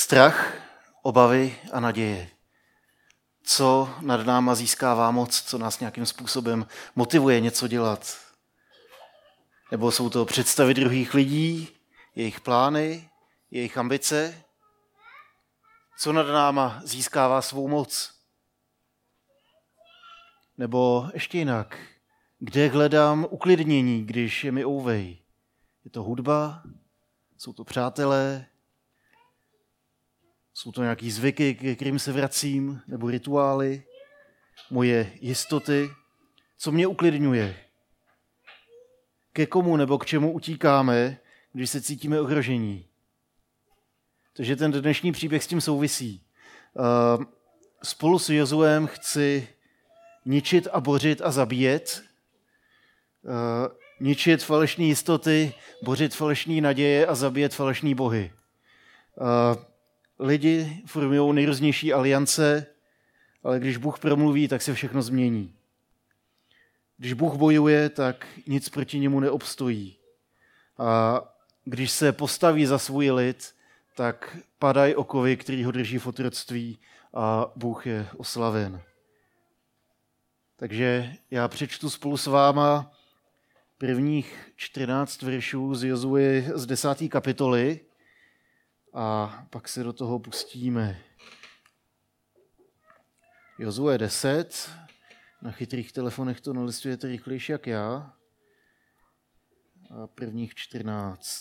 Strach, obavy a naděje. Co nad náma získává moc, co nás nějakým způsobem motivuje něco dělat? Nebo jsou to představy druhých lidí, jejich plány, jejich ambice? Co nad náma získává svou moc? Nebo ještě jinak, kde hledám uklidnění, když je mi ouvej? Je to hudba? Jsou to přátelé? Jsou to nějaký zvyky, ke kterým se vracím? Nebo rituály? Moje jistoty? Co mě uklidňuje? Ke komu nebo k čemu utíkáme, když se cítíme ohrožení? Takže ten dnešní příběh s tím souvisí. Spolu s Jozuem chci ničit a bořit a zabíjet. Ničit falešné jistoty, bořit falešné naděje a zabíjet falešné bohy. Lidi formují nejrůznější aliance, ale když Bůh promluví, tak se všechno změní. Když Bůh bojuje, tak nic proti němu neobstojí. A když se postaví za svůj lid, tak padají okovy, který ho drží v otroctví a Bůh je oslaven. Takže já přečtu spolu s váma prvních 14 veršů z Jozue z 10. kapitoly a pak se do toho pustíme. Jozue 10, na chytrých telefonech to nalistujete rychlejší jak já. A prvních 14.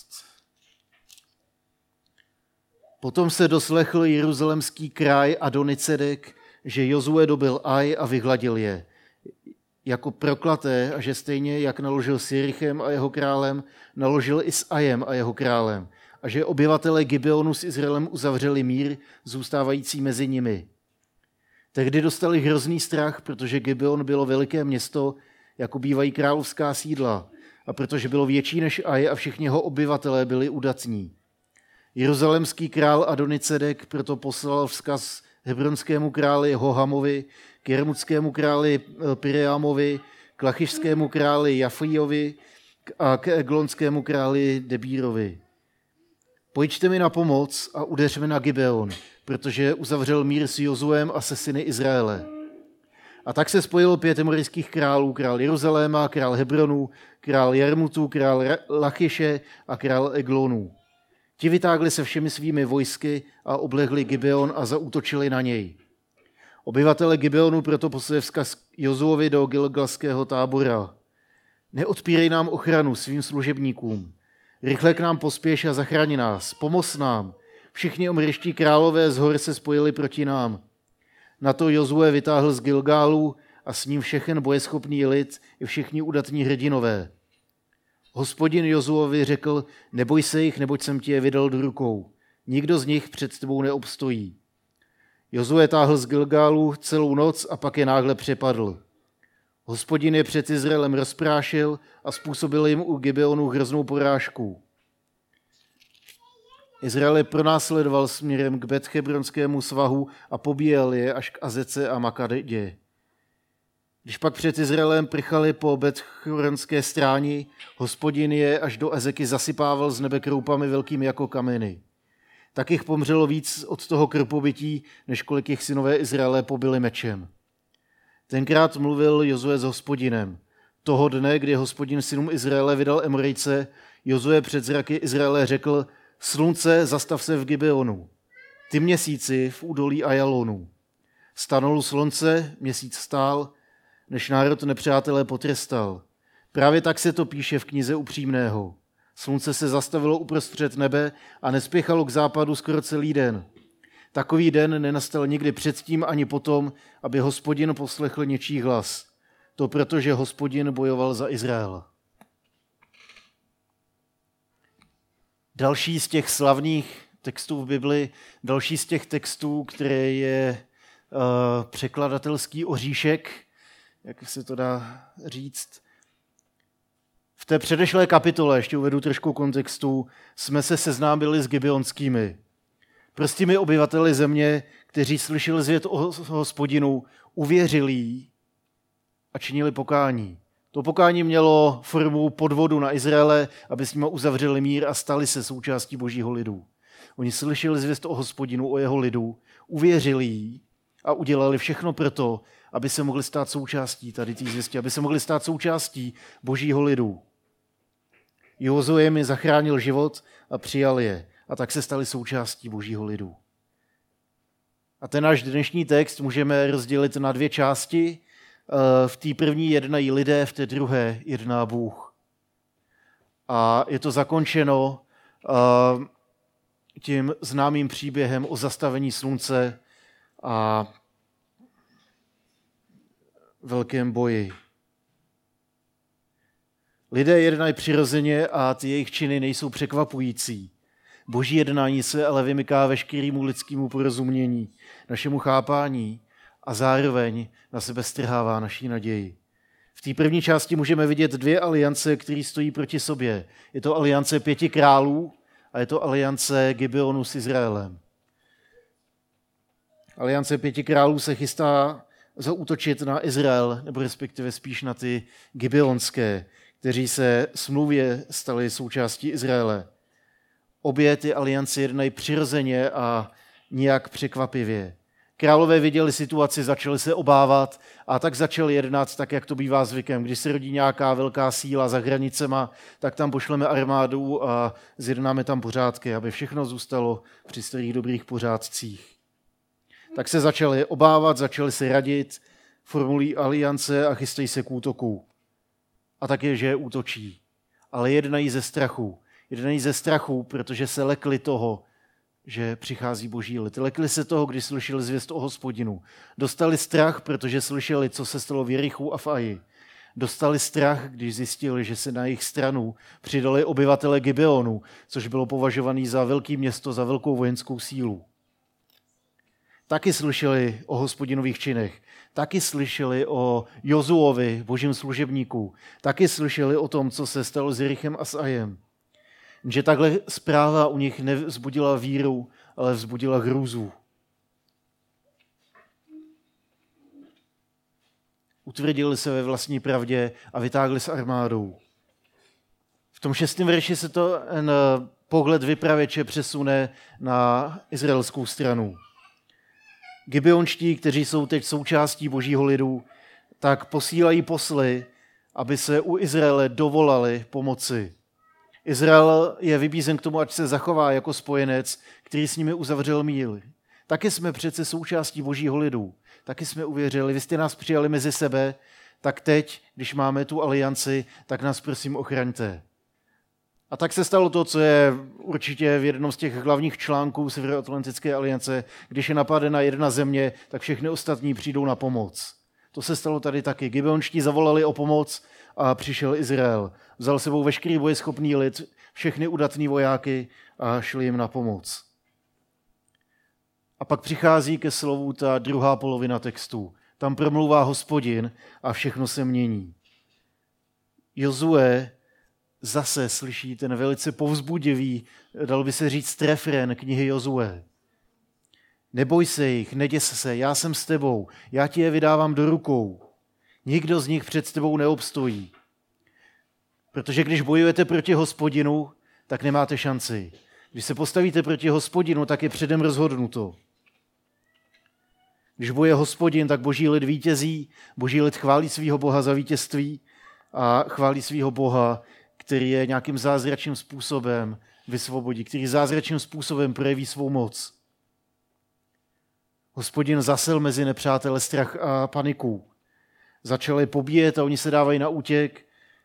Potom se doslechl jeruzalemský král Adonizedek, že Jozue dobil Aj a vyhladil je jako proklaté a že stejně jak naložil s Jerichem a jeho králem, naložil i s Ajem a jeho králem a že obyvatelé Gibeonu s Izraelem uzavřeli mír zůstávající mezi nimi. Tehdy dostali hrozný strach, protože Gibeon bylo veliké město, jako bývají královská sídla, a protože bylo větší než Aj a všichni jeho obyvatelé byli udatní. Jeruzalemský král Adonizedek proto poslal vzkaz hebronskému králi Hohamovi, k jermutskému králi Pireamovi, k lachišskému králi Jafíjovi a k eglonskému králi Debírovi. Pojďte mi na pomoc a udeřme na Gibeon, protože uzavřel mír s Jozuem a se syny Izraele. A tak se spojilo 5 amorijských králů, král Jeruzaléma, král Hebronu, král Jarmutu, král Lachiše a král Eglonů. Ti vytágli se všemi svými vojsky a oblehli Gibeon a zaútočili na něj. Obyvatele Gibeonu proto poslali vzkaz Jozuovi do Gilgalského tábora. Neodpírej nám ochranu svým služebníkům. Rychle k nám pospěš a zachraň nás. Pomoz nám. Všichni amorijští králové z hor se spojili proti nám. Na to Jozue vytáhl z Gilgálu a s ním všechen bojeschopný lid i všichni udatní hrdinové. Hospodin Jozuovi řekl, neboj se jich, neboť jsem ti je vydal do rukou. Nikdo z nich před tebou neobstojí. Jozue táhl z Gilgálu celou noc a pak je náhle přepadl. Hospodin je před Izraelem rozprášil a způsobil jim u Gibeonu hroznou porážku. Izrael je pronásledoval směrem k Betchebronskému svahu a pobíjel je až k Azece a Makadě. Když pak před Izraelem prchali po Betchebronské stráni, Hospodin je až do Ezeky zasypával z nebe kroupami velkými jako kameny. Tak jich pomřelo víc od toho krpobytí, než kolik jich synové Izraele pobili mečem. Tenkrát mluvil Jozue s Hospodinem. Toho dne, kdy Hospodin synům Izraele vydal Emorejce, Jozue před zraky Izraele řekl, slunce, zastav se v Gibeonu, ty měsíci v údolí Ajalonu. Stanul slunce, měsíc stál, než národ nepřátelé potrestal. Právě tak se to píše v knize Upřímného. Slunce se zastavilo uprostřed nebe a nespěchalo k západu skoro celý den. Takový den nenastal nikdy předtím ani potom, aby Hospodin poslechl něčí hlas. To proto, že Hospodin bojoval za Izrael. Další z těch slavných textů v Bibli, další z těch textů, které je překladatelský oříšek, jak se to dá říct. V té předešlé kapitole, ještě uvedu trošku kontextu, jsme se seznámili s Gibeonskými. Prostými obyvateli země, kteří slyšeli zvěst o Hospodinu, uvěřili jí a činili pokání. To pokání mělo formu podvodu na Izraele, aby s nimi uzavřeli mír a stali se součástí božího lidu. Oni slyšeli zvěst o Hospodinu, o jeho lidu, uvěřili jí a udělali všechno pro to, aby se mohli stát součástí tady té zvěsti, aby se mohli stát součástí Božího lidu. Jozue jim zachránil život a přijal je. A tak se stali součástí Božího lidu. A ten náš dnešní text můžeme rozdělit na dvě části. V té první jednají lidé, v té druhé jedná Bůh. A je to zakončeno tím známým příběhem o zastavení slunce a velkém boji. Lidé jednají přirozeně a ty jejich činy nejsou překvapující. Boží jednání se ale vymyká veškerému lidskému porozumění, našemu chápání a zároveň na sebe strhává naší naději. V té první části můžeme vidět dvě aliance, které stojí proti sobě. Je to aliance 5 králů a je to aliance Gibeonu s Izraelem. Aliance 5 králů se chystá zaútočit na Izrael, nebo respektive spíš na ty gibeonské, kteří se smluvě stali součástí Izraele. Obě ty aliance jednají přirozeně a nijak překvapivě. Králové viděli situaci, začali se obávat a tak začali jednat tak, jak to bývá zvykem. Když se rodí nějaká velká síla za hranicema, tak tam pošleme armádu a zjednáme tam pořádky, aby všechno zůstalo při starých dobrých pořádcích. Tak se začali obávat, začali se radit, formulují aliance a chystají se k útoku. A tak je, že útočí. Ale jednají ze strachu. Jednají ze strachu, protože se lekli toho, že přichází Boží lid. Lekli se toho, když slyšeli zvěst o Hospodinu. Dostali strach, protože slyšeli, co se stalo v Jerichu a v Aji. Dostali strach, když zjistili, že se na jejich stranu přidali obyvatele Gibeonu, což bylo považované za velké město, za velkou vojenskou sílu. Taky slyšeli o Hospodinových činech. Taky slyšeli o Jozuovi, božím služebníku. Taky slyšeli o tom, co se stalo s Jerichem a s Ajem. Že takhle zpráva u nich nevzbudila víru, ale vzbudila hrůzu. Utvrdili se ve vlastní pravdě a vytáhli s armádou. V tom 6. verši se ten pohled vypravěče přesune na izraelskou stranu. Gibeonští, kteří jsou teď součástí Božího lidu, tak posílají posly, aby se u Izraele dovolali pomoci. Izrael je vybízen k tomu, ať se zachová jako spojenec, který s nimi uzavřel mír. Taky jsme přece součástí Božího lidu. Taky jsme uvěřili, vy jste nás přijali mezi sebe, tak teď, když máme tu alianci, tak nás prosím ochraňte. A tak se stalo to, co je určitě v jednom z těch hlavních článků Severoatlantické aliance. Když je napadena jedna země, tak všechny ostatní přijdou na pomoc. To se stalo tady taky. Gibeonští zavolali o pomoc a přišel Izrael. Vzal sebou veškerý bojeschopný lid, všechny udatný vojáky a šli jim na pomoc. A pak přichází ke slovu ta druhá polovina textu. Tam promlouvá Hospodin a všechno se mění. Jozue zase slyší ten velice povzbudivý, dal by se říct, refrén knihy Jozue. Neboj se jich, neděs se, já jsem s tebou, já ti je vydávám do rukou. Nikdo z nich před tebou neobstojí. Protože když bojujete proti Hospodinu, tak nemáte šanci. Když se postavíte proti Hospodinu, tak je předem rozhodnuto. Když bojuje Hospodin, tak Boží lid vítězí, Boží lid chválí svého Boha za vítězství a chválí svého Boha, který je nějakým zázračným způsobem vysvobodí, který zázračným způsobem projeví svou moc. Hospodin zasel mezi nepřátele strach a paniku. Začali pobíjet a oni se dávají na útěk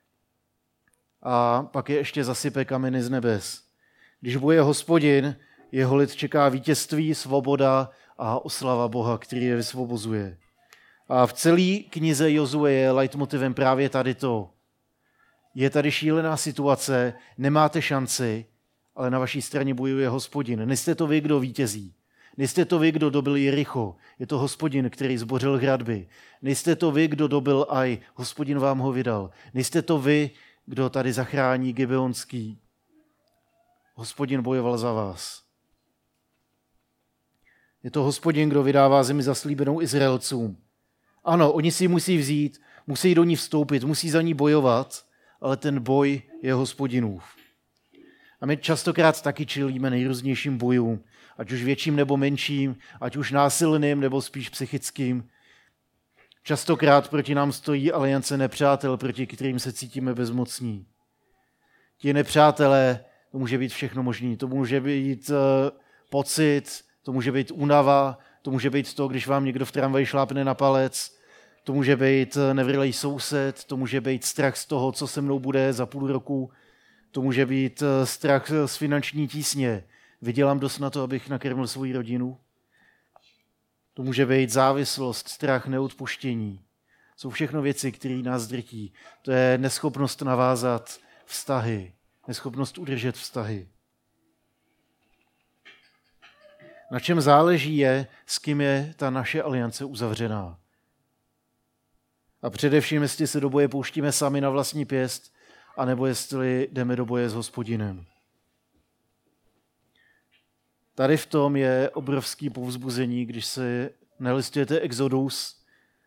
a pak je ještě zasype kameny z nebes. Když bojuje Hospodin, jeho lid čeká vítězství, svoboda a oslava Boha, který je vysvobozuje. A v celé knize Jozue je leitmotivem právě tady to. Je tady šílená situace, nemáte šanci, ale na vaší straně bojuje Hospodin. Nejste to vy, kdo vítězí. Nejste to vy, kdo dobil Jericho. Je to Hospodin, který zbořil hradby. Nejste to vy, kdo dobil Aj. Hospodin vám ho vydal. Nejste to vy, kdo tady zachrání Gibeonský. Hospodin bojoval za vás. Je to Hospodin, kdo vydává zemi zaslíbenou Izraelcům. Ano, oni si ji musí vzít, musí do ní vstoupit, musí za ní bojovat, ale ten boj je Hospodinův. A my častokrát taky čelíme nejrůznějším bojům, ať už větším nebo menším, ať už násilným nebo spíš psychickým. Častokrát proti nám stojí aliance nepřátel, proti kterým se cítíme bezmocní. Ti nepřátelé, to může být všechno možné. To může být pocit, to může být únava, to může být to, když vám někdo v tramvaji šlápne na palec, to může být nevrlej soused, to může být strach z toho, co se mnou bude za půl roku, to může být strach z finanční tísně. Vydělám dost na to, abych nakrmil svou rodinu. To může být závislost, strach, neodpuštění. Jsou všechno věci, které nás drtí. To je neschopnost navázat vztahy, neschopnost udržet vztahy. Na čem záleží je, s kým je ta naše aliance uzavřená. A především, jestli se do boje pouštíme sami na vlastní pěst, anebo jestli jdeme do boje s Hospodinem. Tady v tom je obrovský povzbuzení, když se nalistujete Exodus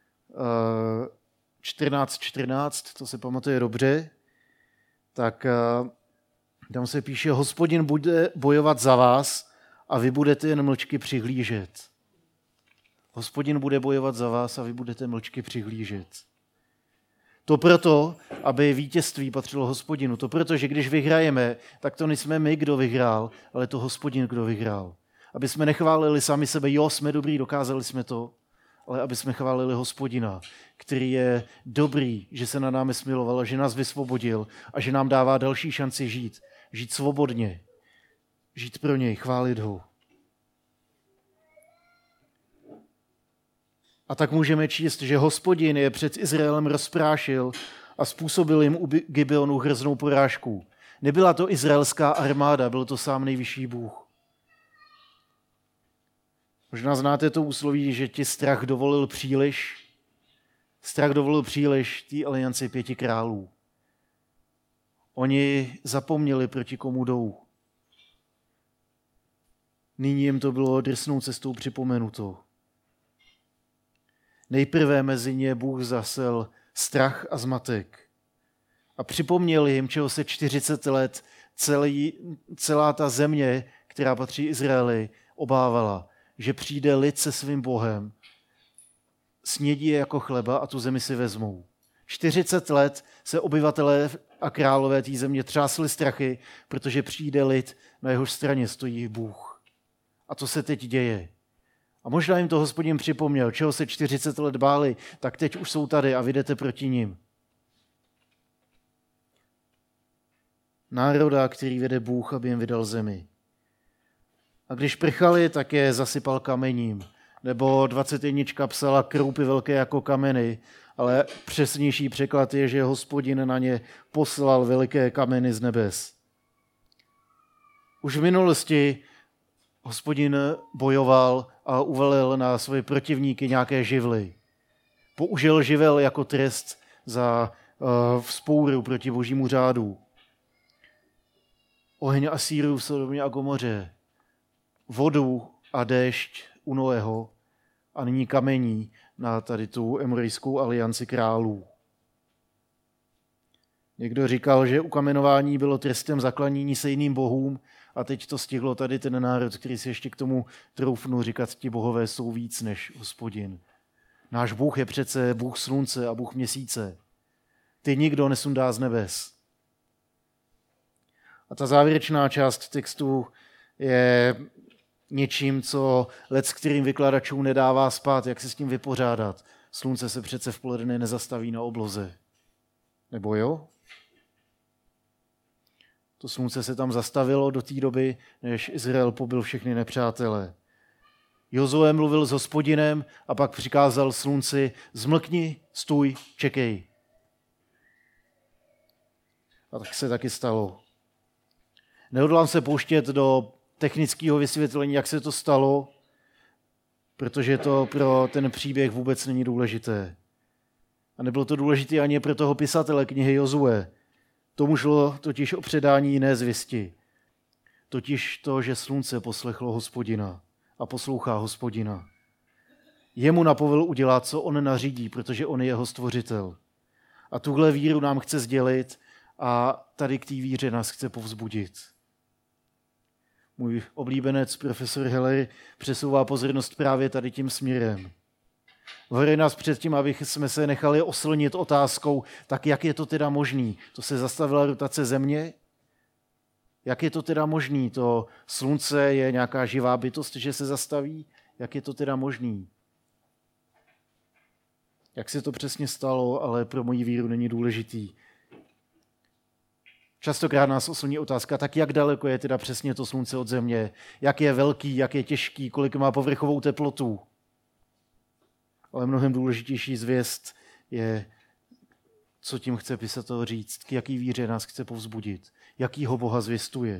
14:14, to se pamatuje dobře, tak tam se píše, Hospodin bude bojovat za vás a vy budete jen mlčky přihlížet. Hospodin bude bojovat za vás a vy budete mlčky přihlížet. To proto, aby vítězství patřilo Hospodinu. To proto, že když vyhrajeme, tak to nejsme my, kdo vyhrál, ale to Hospodin, kdo vyhrál. Aby jsme nechválili sami sebe, jo, jsme dobrý, dokázali jsme to, ale aby jsme chválili Hospodina, který je dobrý, že se na námi smiloval, že nás vysvobodil a že nám dává další šanci žít. Žít svobodně, žít pro něj, chválit ho. A tak můžeme číst, že Hospodin je před Izraelem rozprášil a způsobil jim u Gibeonu hroznou porážku. Nebyla to izraelská armáda, byl to sám nejvyšší Bůh. Možná znáte to úsloví, že ti strach dovolil příliš. Strach dovolil příliš té alianci 5 králů. Oni zapomněli, proti komu jdou. Nyní jim to bylo drsnou cestou připomenuto. Nejprve mezi ně Bůh zasel strach a zmatek. A připomněl jim, čeho se 40 let celá ta země, která patří Izraeli, obávala. Že přijde lid se svým Bohem, snědí je jako chleba a tu zemi si vezmou. 40 let se obyvatelé a králové té země třásli strachy, protože přijde lid, na jehož straně stojí Bůh. A to se teď děje. A možná jim to Hospodin připomněl, čeho se 40 let báli, tak teď už jsou tady a vy jdete proti nim. Národa, který vede Bůh, aby jim vydal zemi. A když prchali, tak je zasypal kamením. Nebo 21 psala kroupy velké jako kameny, ale přesnější překlad je, že Hospodin na ně poslal veliké kameny z nebes. Už v minulosti Hospodin bojoval a uvalil na svoje protivníky nějaké živly. Použil živel jako trest za vzpouru proti božímu řádu. Oheň Asýrů v Sodomě a Gomoře, vodu a déšť u Noého a nyní kamení na tady tu emorejskou alianci králů. Někdo říkal, že ukamenování bylo trestem zaklanění se jiným bohům a teď to stihlo tady ten národ, který si ještě k tomu troufnul říkat, ti bohové jsou víc než Hospodin. Náš Bůh je přece Bůh slunce a Bůh měsíce. Ty nikdo nesundá z nebes. A ta závěrečná část textu je něčím, co kterým vykladačům nedává spát, jak se s tím vypořádat. Slunce se přece v poledne nezastaví na obloze. Nebo jo? To slunce se tam zastavilo do té doby, než Izrael pobil všechny nepřátele. Jozue mluvil s Hospodinem a pak přikázal slunci, zmlkni, stůj, čekej. A tak se taky stalo. Nehodlám se pouštět do technického vysvětlení, jak se to stalo, protože to pro ten příběh vůbec není důležité. A nebylo to důležité ani pro toho pisatele knihy Jozue. Tomu šlo totiž o předání jiné zvěsti. Totiž to, že slunce poslechlo Hospodina a poslouchá Hospodina. Jemu napovel udělat, co on nařídí, protože on je jeho stvořitel. A tuhle víru nám chce sdělit a tady k té víře nás chce povzbudit. Můj oblíbenec, profesor Heller, přesouvá pozornost právě tady tím směrem. Varuje nás před tím, aby jsme se nechali oslnit otázkou, tak jak je to teda možný? To se zastavila rotace Země? Jak je to teda možný? To slunce je nějaká živá bytost, že se zastaví? Jak je to teda možný? Jak se to přesně stalo, ale pro moji víru není důležitý. Častokrát nás oslní otázka, tak jak daleko je teda přesně to slunce od Země? Jak je velký, jak je těžký, kolik má povrchovou teplotu? Ale mnohem důležitější zvěst je, co tím chce pisatel říct, k jaký víře nás chce povzbudit, jakýho Boha zvěstuje.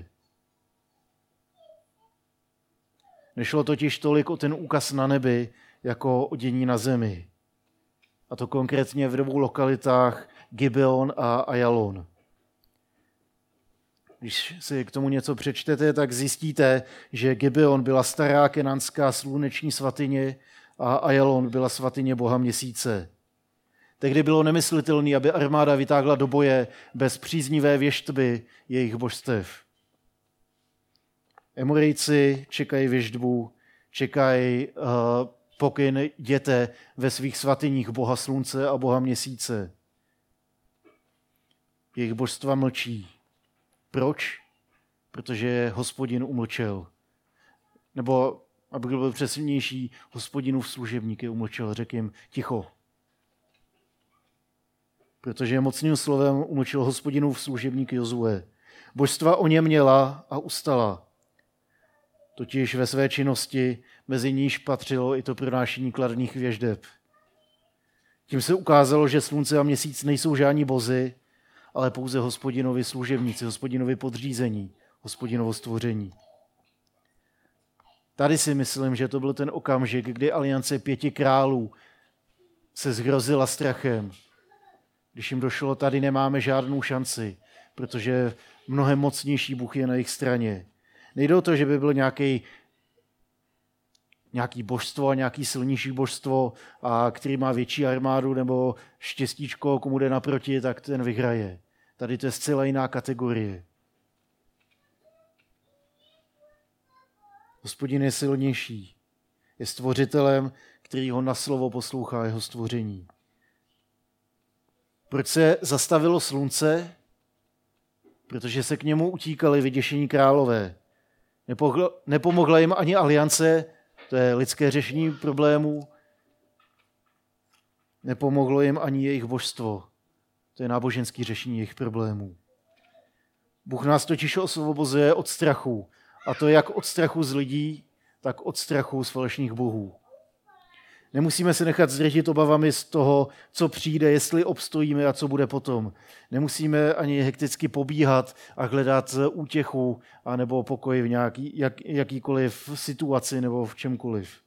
Nešlo totiž tolik o ten úkaz na nebi, jako o dění na zemi. A to konkrétně v dvou lokalitách Gibeon a Ajalon. Když si k tomu něco přečtete, tak zjistíte, že Gibeon byla stará kenanská sluneční svatyně a Ajalon byla svatyně boha měsíce. Tehdy bylo nemyslitelné, aby armáda vytáhla do boje bez příznivé věštby jejich božstev. Emorejci čekají věštbu, čekají pokyn jděte ve svých svatyních boha slunce a boha měsíce. Jejich božstva mlčí. Proč? Protože Hospodin umlčel. Nebo, aby byl přesnější, Hospodinův služebník je umlčel, řekl jim ticho. Protože mocným slovem umlčel Hospodinův služebník Jozue. Božstva o něm měla a ustala. Totiž ve své činnosti mezi níž patřilo i to pronášení kladných věždeb. Tím se ukázalo, že slunce a měsíc nejsou žádní bozi, ale pouze Hospodinovi služebníci, Hospodinovi podřízení, Hospodinovo stvoření. Tady si myslím, že to byl ten okamžik, kdy aliance 5 králů se zhrozila strachem. Když jim došlo, tady nemáme žádnou šanci, protože mnohem mocnější Bůh je na jejich straně. Nejde o to, že by byl nějaký božstvo a nějaký silnější božstvo, a který má větší armádu nebo štěstíčko, komu jde naproti, tak ten vyhraje. Tady to je zcela jiná kategorie. Hospodin je silnější. Je stvořitelem, který ho na slovo poslouchá jeho stvoření. Proč se zastavilo slunce? Protože se k němu utíkali vyděšení králové. Nepomohla jim ani aliance, to je lidské řešení problémů. Nepomohlo jim ani jejich božstvo, to je náboženské řešení jejich problémů. Bůh nás totiž osvobozuje od strachu, a to jak od strachu z lidí, tak od strachu z falešných bohů. Nemusíme se nechat zdrtit obavami z toho, co přijde, jestli obstojíme a co bude potom. Nemusíme ani hekticky pobíhat a hledat útěchu anebo pokoj v jakýkoliv situaci nebo v čemkoliv.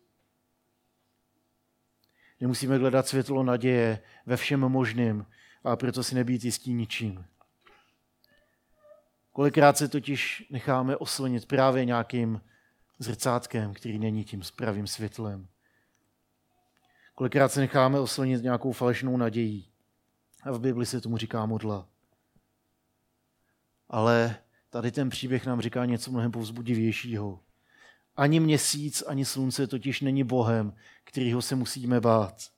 Nemusíme hledat světlo naděje ve všem možným a proto si nebýt jistí ničím. Kolikrát se totiž necháme oslnit právě nějakým zrcátkem, který není tím pravým světlem. Kolikrát se necháme oslnit nějakou falešnou nadějí. A v Bibli se tomu říká modla. Ale tady ten příběh nám říká něco mnohem povzbudivějšího. Ani měsíc, ani slunce totiž není Bohem, kterýho se musíme bát.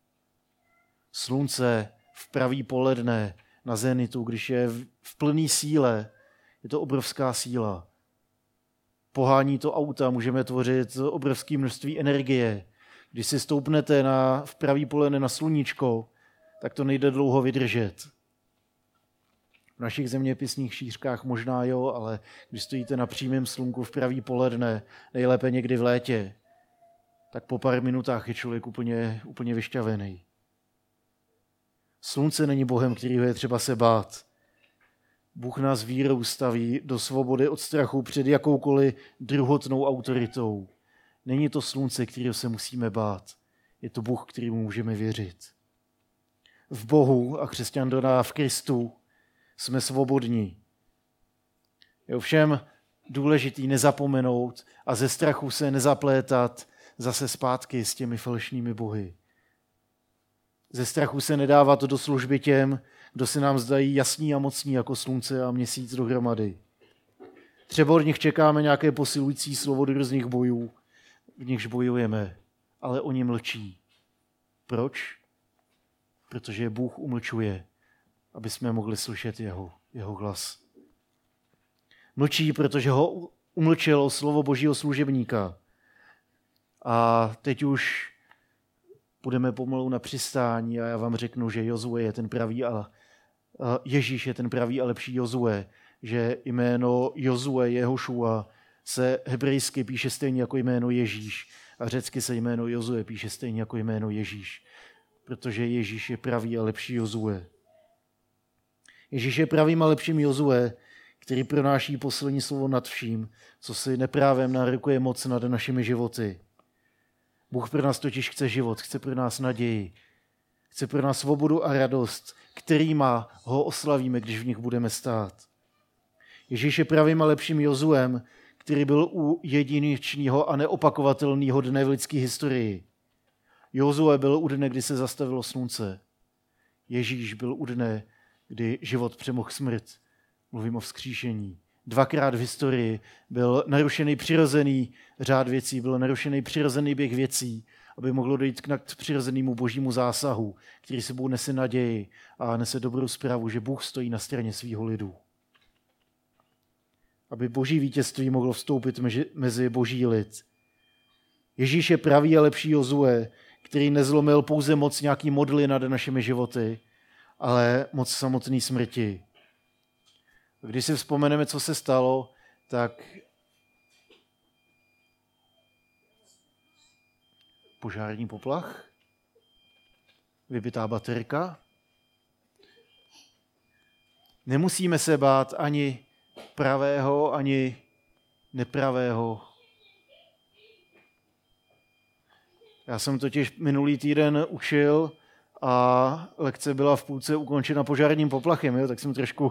Slunce v pravý poledne na zenitu, když je v plné síle, je to obrovská síla. Pohání to auta, můžeme tvořit obrovské množství energie. Když si stoupnete v pravý poledne na sluníčko, tak to nejde dlouho vydržet. V našich zeměpisných šířkách možná jo, ale když stojíte na přímém slunku v pravý poledne, nejlépe někdy v létě, tak po pár minutách je člověk úplně vyšťavený. Slunce není Bohem, kterýho je třeba se bát. Bůh nás vírou staví do svobody od strachu před jakoukoliv druhotnou autoritou. Není to slunce, kterého se musíme bát. Je to Bůh, kterému můžeme věřit. V Bohu a křesťan dodá v Kristu jsme svobodní. Je ovšem důležitý nezapomenout a ze strachu se nezaplétat zase zpátky s těmi falešnými bohy. Ze strachu se nedávat do služby těm, kdo se nám zdají jasní a mocní jako slunce a měsíc dohromady. Třeba od nich čekáme nějaké posilující slovo do různých bojů, v nichž bojujeme, ale oni mlčí. Proč? Protože je Bůh umlčuje, aby jsme mohli slyšet jeho hlas. Mlčí, protože ho umlčelo slovo Božího služebníka. A teď už půjdeme pomalu na přistání a já vám řeknu, že Jozue je ten pravý a Ježíš je ten pravý a lepší Jozue, že jméno Jozue Jehošua se hebrejsky píše stejně jako jméno Ježíš a řecky se jméno Jozue píše stejně jako jméno Ježíš, protože Ježíš je pravý a lepší Jozue. Ježíš je pravým a lepším Jozue, který pronáší poslední slovo nad vším, co si neprávem nárokuje moc nad našimi životy. Bůh pro nás totiž chce život, chce pro nás naději, chce pro nás svobodu a radost, kterýma ho oslavíme, když v nich budeme stát. Ježíš je pravým a lepším Jozuem, který byl u jedinečného a neopakovatelného dne v lidské historii. Jozue byl u dne, kdy se zastavilo slunce. Ježíš byl u dne, kdy život přemohl smrt. Mluvím o vzkříšení. Dvakrát v historii byl narušený přirozený řád věcí, byl narušený přirozený běh věcí, aby mohlo dojít k nadpřirozenému božímu zásahu, který sebou nese naději a nese dobrou zprávu, že Bůh stojí na straně svého lidu. Aby boží vítězství mohlo vstoupit mezi boží lid. Ježíš je pravý a lepší Jozue, který nezlomil pouze moc nějaký modly nad našimi životy, ale moc samotné smrti. Když si vzpomeneme, co se stalo, tak požární poplach, vybitá baterka. Nemusíme se bát ani pravého, ani nepravého. Já jsem totiž minulý týden učil a lekce byla v půlce ukončena požárním poplachem, jo? Tak jsem trošku...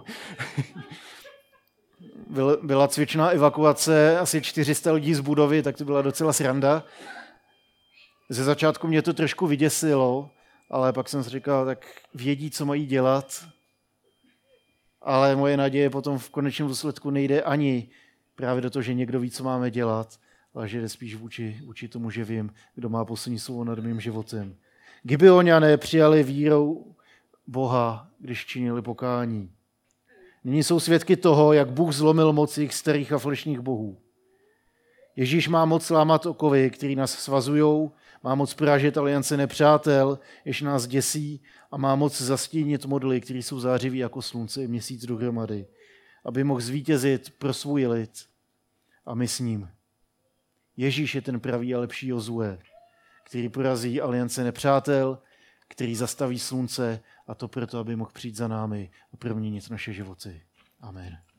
Byla cvičná evakuace asi 400 lidí z budovy, tak to byla docela sranda. Ze začátku mě to trošku vyděsilo, ale pak jsem si říkal, tak vědí, co mají dělat. Ale moje naděje potom v konečném důsledku nejde ani právě do toho, že někdo ví, co máme dělat, ale že jde spíš vůči tomu, že vím, kdo má poslední slovo nad mým životem. Gibeoňané přijali vírou Boha, když činili pokání. Nyní jsou svědky toho, jak Bůh zlomil moc jejich starých a falešných bohů. Ježíš má moc lámat okovy, který nás svazujou, má moc porážet aliance nepřátel, jež nás děsí a má moc zastínit modly, které jsou zářivý jako slunce i měsíc dohromady, aby mohl zvítězit pro svůj lid a my s ním. Ježíš je ten pravý a lepší Jozue, který porazí aliance nepřátel, který zastaví slunce a to proto, aby mohl přijít za námi a proměnit naše životy. Amen.